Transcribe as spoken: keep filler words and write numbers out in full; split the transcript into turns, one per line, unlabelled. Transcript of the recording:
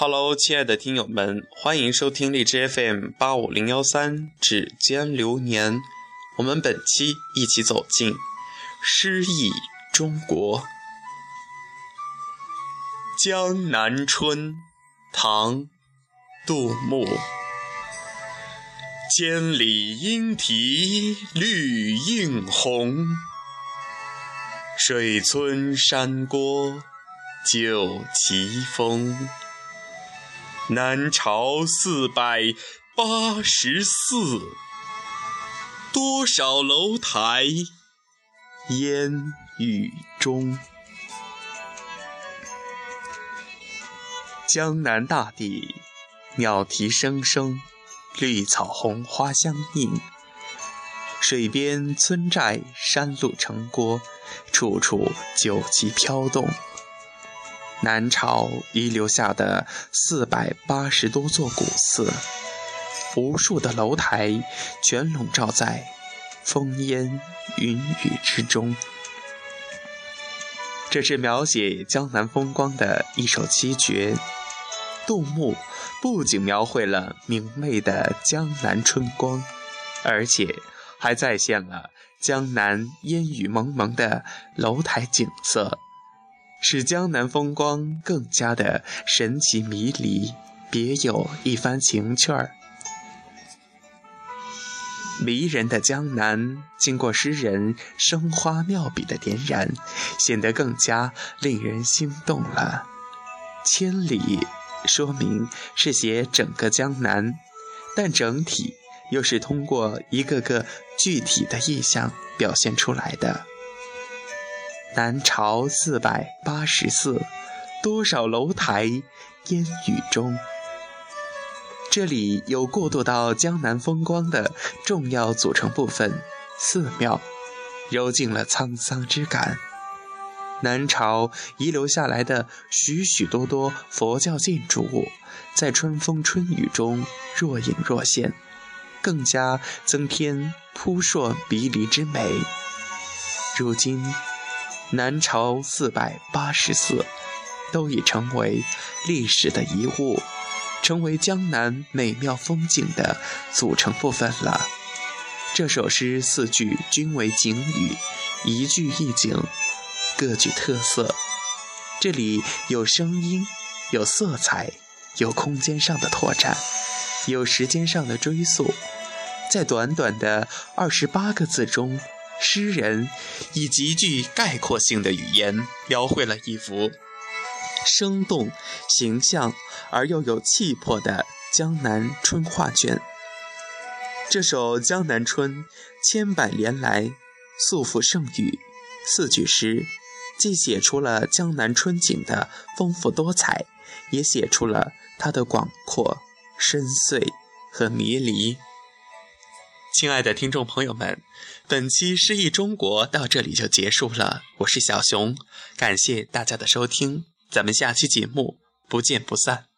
Hello， 亲爱的听友们，欢迎收听荔枝 F M 八五零一三指尖流年。我们本期一起走进诗意中国。江南春，唐·杜牧。千里莺啼绿映红，水村山郭酒旗风。南朝四百八十寺，多少楼台烟雨中。江南大地，鸟啼声声，绿草红花相映。水边村寨山路城郭，处处酒旗飘动。南朝遗留下的四百八十多座古寺，无数的楼台全笼罩在风烟云雨之中。这是描写江南风光的一首七绝。杜牧不仅描绘了明媚的江南春光，而且还再现了江南烟雨蒙蒙的楼台景色，使江南风光更加的神奇迷离，别有一番情趣儿。迷人的江南经过诗人生花妙笔的点染，显得更加令人心动了。千里说明是写整个江南，但整体又是通过一个个具体的意象表现出来的。南朝四百八十寺，多少楼台烟雨中。这里有过渡到江南风光的重要组成部分寺庙，揉进了沧桑之感。南朝遗留下来的许许多多佛教建筑物，在春风春雨中若隐若现，更加增添扑朔迷离之美。如今南朝四百八十寺都已成为历史的遗物，成为江南美妙风景的组成部分了。这首诗四句均为景语，一句一景，各具特色。这里有声音，有色彩，有空间上的拓展，有时间上的追溯。在短短的二十八个字中，诗人以极具概括性的语言描绘了一幅生动形象而又有气魄的江南春画卷。这首《江南春》千百年来素负盛誉，四句诗既写出了江南春景的丰富多彩，也写出了它的广阔、深邃和迷离。亲爱的听众朋友们，本期诗意中国到这里就结束了，我是小熊，感谢大家的收听，咱们下期节目不见不散。